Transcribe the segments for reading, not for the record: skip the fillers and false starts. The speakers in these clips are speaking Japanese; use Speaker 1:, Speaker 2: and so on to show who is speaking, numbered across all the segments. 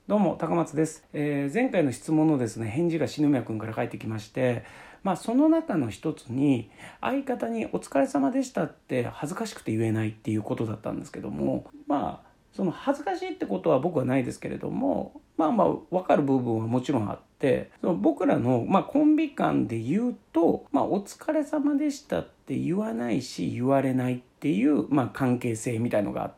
Speaker 1: どうも高松です。前回の質問のですね返事が篠宮くんから返ってきまして、その中の一つに相方にお疲れ様でしたって恥ずかしくて言えないっていうことだったんですけども、その恥ずかしいってことは僕はないですけれども、分かる部分はもちろんあって、その僕らのコンビ間で言うと、お疲れ様でしたって言わないし言われないっていう関係性みたいのがあって、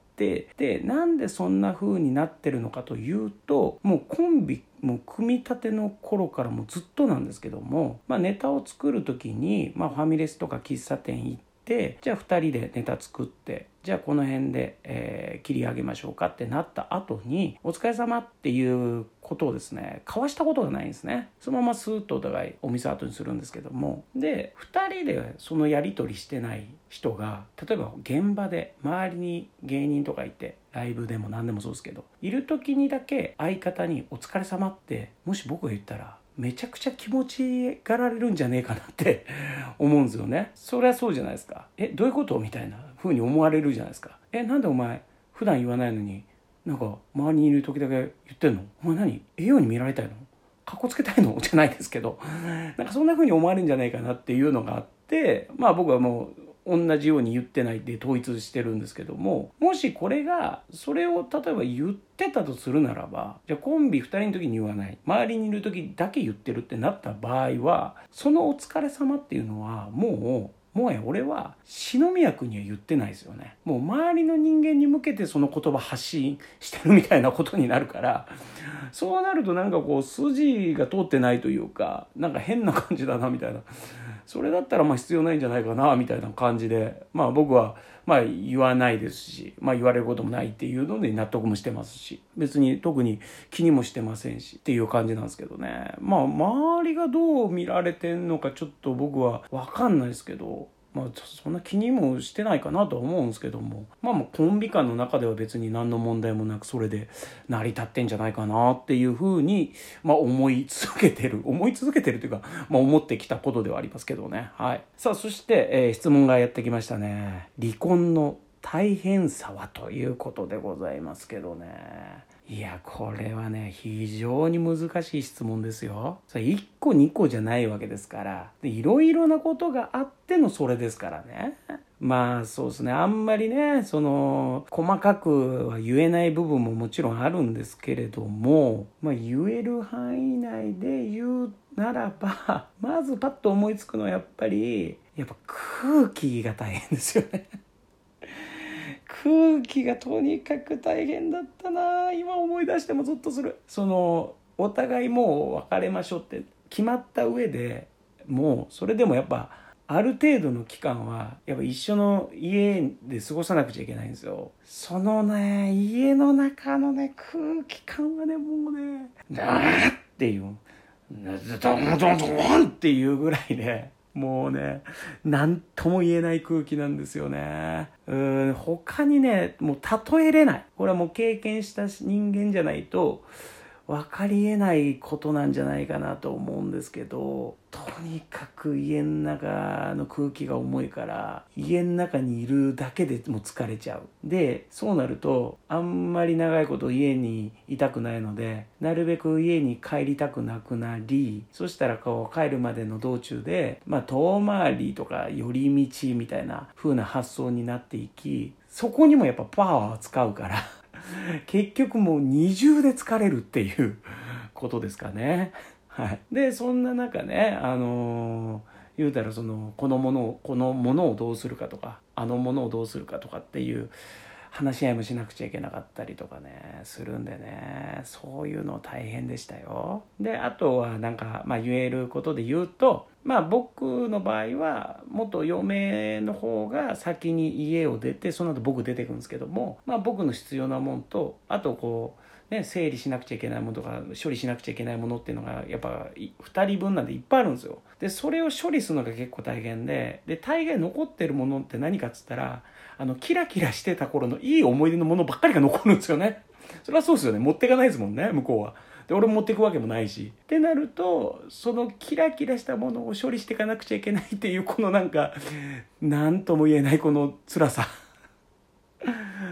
Speaker 1: でなんでそんな風になってるのかというと、もうコンビもう組み立ての頃からもずっとなんですけども、ネタを作る時に、ファミレスとか喫茶店行って、じゃあ2人でネタ作って、じゃあこの辺で、切り上げましょうかってなった後にお疲れ様っていうことをですね交わしたことがないんですね。そのままスーッとお互いお店後にするんですけども、で2人でそのやり取りしてない人が、例えば現場で周りに芸人とかいて、ライブでも何でもそうですけど、いる時にだけ相方にお疲れ様ってもし僕が言ったらめちゃくちゃ気持ちがられるんじゃねえかなって思うんですよね。そりゃそうじゃないですか。どういうことみたいな風に思われるじゃないですか。なんでお前普段言わないのになんか周りにいる時だけ言ってんの？お前何ように見られたいの？かっこつけたいの？じゃないですけど、なんかそんな風に思われるんじゃないかなっていうのがあって、僕はもう同じように言ってないで統一してるんですけども、もしこれがそれを例えば言ってたとするならば、じゃあコンビ2人の時に言わない、周りにいる時だけ言ってるってなった場合は、そのお疲れ様っていうのはもは俺は篠宮君には言ってないですよね。もう周りの人間に向けてその言葉発信してるみたいなことになるから、そうなるとなんかこう筋が通ってないというか、なんか変な感じだなみたいな、それだったら必要ないんじゃないかなみたいな感じで、僕は言わないですし、言われることもないっていうので納得もしてますし、別に特に気にもしてませんしっていう感じなんですけどね。周りがどう見られてんのかちょっと僕は分かんないですけど、そんな気にもしてないかなとは思うんですけども、コンビ間の中では別に何の問題もなくそれで成り立ってんじゃないかなっていうふうに、思い続けてるというか、思ってきたことではありますけどね。はい。さあそして、質問がやってきましたね。離婚の大変さはということでございますけどね。いやこれはね非常に難しい質問ですよ。1個2個じゃないわけですから、いろいろなことがあってのそれですからね。そうですね、あんまりねその細かくは言えない部分ももちろんあるんですけれども、言える範囲内で言うならば、まずパッと思いつくのはやっぱ空気が大変ですよね。空気がとにかく大変だったな。今思い出してもゾッとする。そのお互いもう別れましょうって決まった上で、もうそれでもやっぱある程度の期間はやっぱ一緒の家で過ごさなくちゃいけないんですよ。そのね家の中のね空気感はねもうねダーっていうドンドンドンっていうぐらいで、もうね何とも言えない空気なんですよね。他にねもう例えれない。これはもう経験した人間じゃないと分かりえないことなんじゃないかなと思うんですけど、とにかく家の中の空気が重いから、家の中にいるだけでもう疲れちゃう。でそうなるとあんまり長いこと家にいたくないので、なるべく家に帰りたくなくなり、そしたらこう帰るまでの道中で遠回りとか寄り道みたいな風な発想になっていき、そこにもやっぱパワーを使うから結局もう二重で疲れるっていうことですかね。はい。でそんな中ね、言うたらそのこのものをどうするかとか、あのものをどうするかとかっていう話し合いもしなくちゃいけなかったりとかねするんでね、そういうの大変でしたよ。であとはなんか言えることで言うと、僕の場合は元嫁の方が先に家を出て、その後僕出てくるんですけども、僕の必要なもんと、あとこうね整理しなくちゃいけないものとか処理しなくちゃいけないものっていうのがやっぱ2人分なんでいっぱいあるんですよ。でそれを処理するのが結構大変で、大概残ってるものって何かっつったら、キラキラしてた頃のいい思い出のものばっかりが残るんですよね。それはそうですよね、持ってかないですもんね向こうは。で俺も持っていくわけもないしってなると、そのキラキラしたものを処理していかなくちゃいけないっていうこのなんか何とも言えないこの辛さ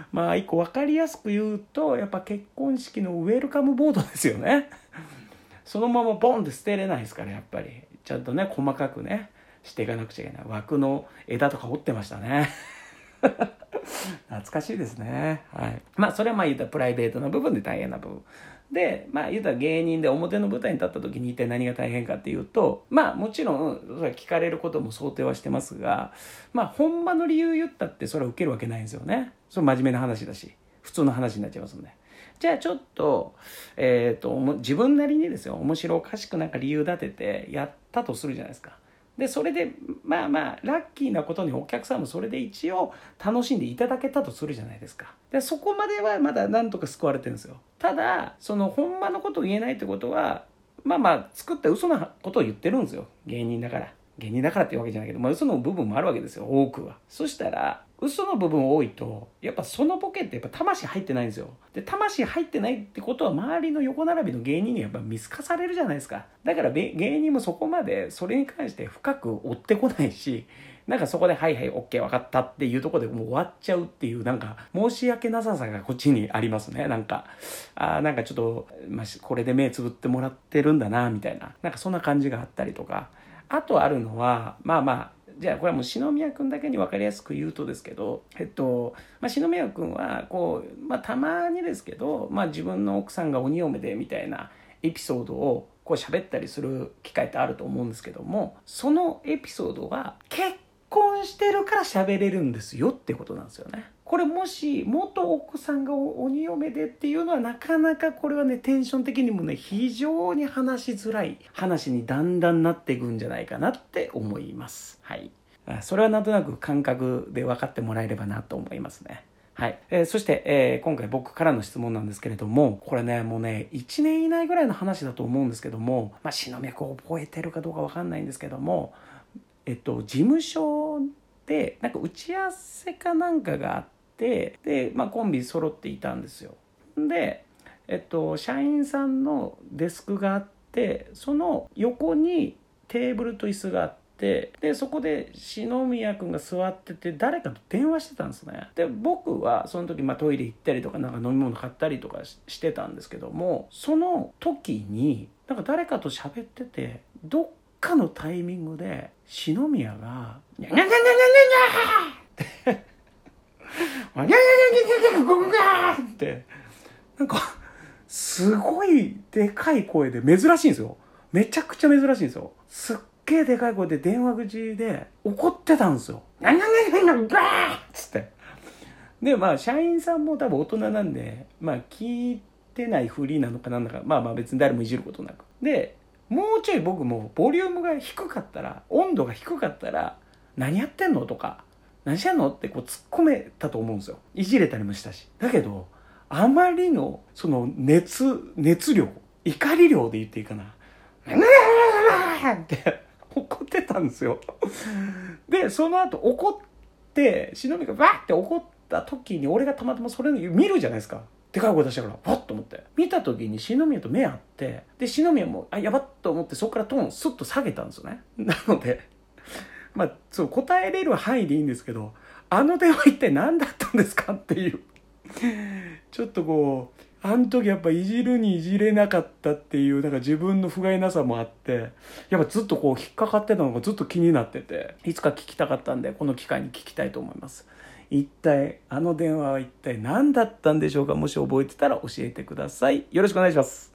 Speaker 1: まあ一個分かりやすく言うと、やっぱ結婚式のウェルカムボードですよね。そのままボンって捨てれないですから、やっぱりちゃんとね細かくねしていかなくちゃいけない。枠の枝とか折ってましたね。懐かしいですね。はい。まあそれはまあ言ったらプライベートな部分で大変な部分で、まあ言ったら芸人で表の舞台に立った時に一体何が大変かっていうと、まあもちろんそれは聞かれることも想定はしてますが、まあ本場の理由言ったってそれは受けるわけないんですよね。それ真面目な話だし普通の話になっちゃいますんで。じゃあちょっと、自分なりにですよ、面白おかしくなんか理由立ててやったとするじゃないですか。でそれでまあまあラッキーなことにお客さんもそれで一応楽しんでいただけたとするじゃないですか。でそこまではまだなんとか救われてるんですよ。ただそのほんまのことを言えないってことは、まあまあ作った嘘なことを言ってるんですよ。芸人だからっていうわけじゃないけど、まあ嘘の部分もあるわけですよ、多くは。そしたら嘘の部分多いとやっぱそのボケってやっぱ魂入ってないんですよ。で魂入ってないってことは周りの横並びの芸人にやっぱ見透かされるじゃないですか。だから芸人もそこまでそれに関して深く追ってこないし、なんかそこではいはいオッケー分かったっていうところでもう終わっちゃうっていう、なんか申し訳なさがこっちにありますね。なんかなんかちょっと、まあ、これで目つぶってもらってるんだなみたいな、なんかそんな感じがあったりとか。あとあるのはまあまあじゃあこれはもう篠宮君だけに分かりやすく言うとですけど、篠宮君はこう、まあ、たまにですけど、まあ、自分の奥さんが鬼嫁でみたいなエピソードをこう喋ったりする機会ってあると思うんですけども、そのエピソードは結婚してるから喋れるんですよってことなんですよね。これもし元奥さんが鬼嫁でっていうのはなかなかこれはねテンション的にもね非常に話しづらい話にだんだんなっていくんじゃないかなって思います。はい。それはなんとなく感覚で分かってもらえればなと思いますね。はい。そして、今回僕からの質問なんですけれども、これねもうね1年以内ぐらいの話だと思うんですけども、まあ篠宮君覚えてるかどうか分かんないんですけども、事務所でなんか打ち合わせかなんかがあって、で、まあ、コンビ揃っていたんですよ。で、社員さんのデスクがあって、その横にテーブルと椅子があって、でそこで篠宮君が座ってて誰かと電話してたんですね。で僕はその時、まあ、トイレ行ったりとかなんか飲み物買ったりとかしてたんですけども、その時になんか誰かと喋ってて、どっかのタイミングで篠宮が「にゃにゃにゃにゃにゃにゃ」って「にゃにゃにゃにゃにゃここが!」ってなんかすごいでかい声で、珍しいんですよ。めちゃくちゃ珍しいんですよ。すっげえでかい声で電話口で怒ってたんですよ。にゃにゃにゃにゃにゃにゃっつって。でまあ社員さんも多分大人なんで、まあ聞いてないふりなのかなんだか、まあまあ別に誰もいじることなくで、もうちょい僕もボリュームが低かったら、温度が低かったら何やってんのとか何してんのってこう突っ込めたと思うんですよ。いじれたりもしたし。だけどあまりのその熱量、怒り量で言っていいかなって怒ってたんですよ。でその後怒って篠宮がバーって怒った時に俺がたまたまそれを見るじゃないですか。でかい声出したからパッと思って見た時に篠宮と目合って、で篠宮もやばっと思ってそこからトーンスッと下げたんですよね。なのでまあそう答えれる範囲でいいんですけど、あの電話一体何だったんですかっていうちょっとこうあの時やっぱいじるにいじれなかったっていうなんか自分の不甲斐なさもあって、やっぱずっとこう引っかかってたのがずっと気になってて、いつか聞きたかったんでこの機会に聞きたいと思います。一体あの電話は一体何だったんでしょうか。もし覚えてたら教えてください。よろしくお願いします。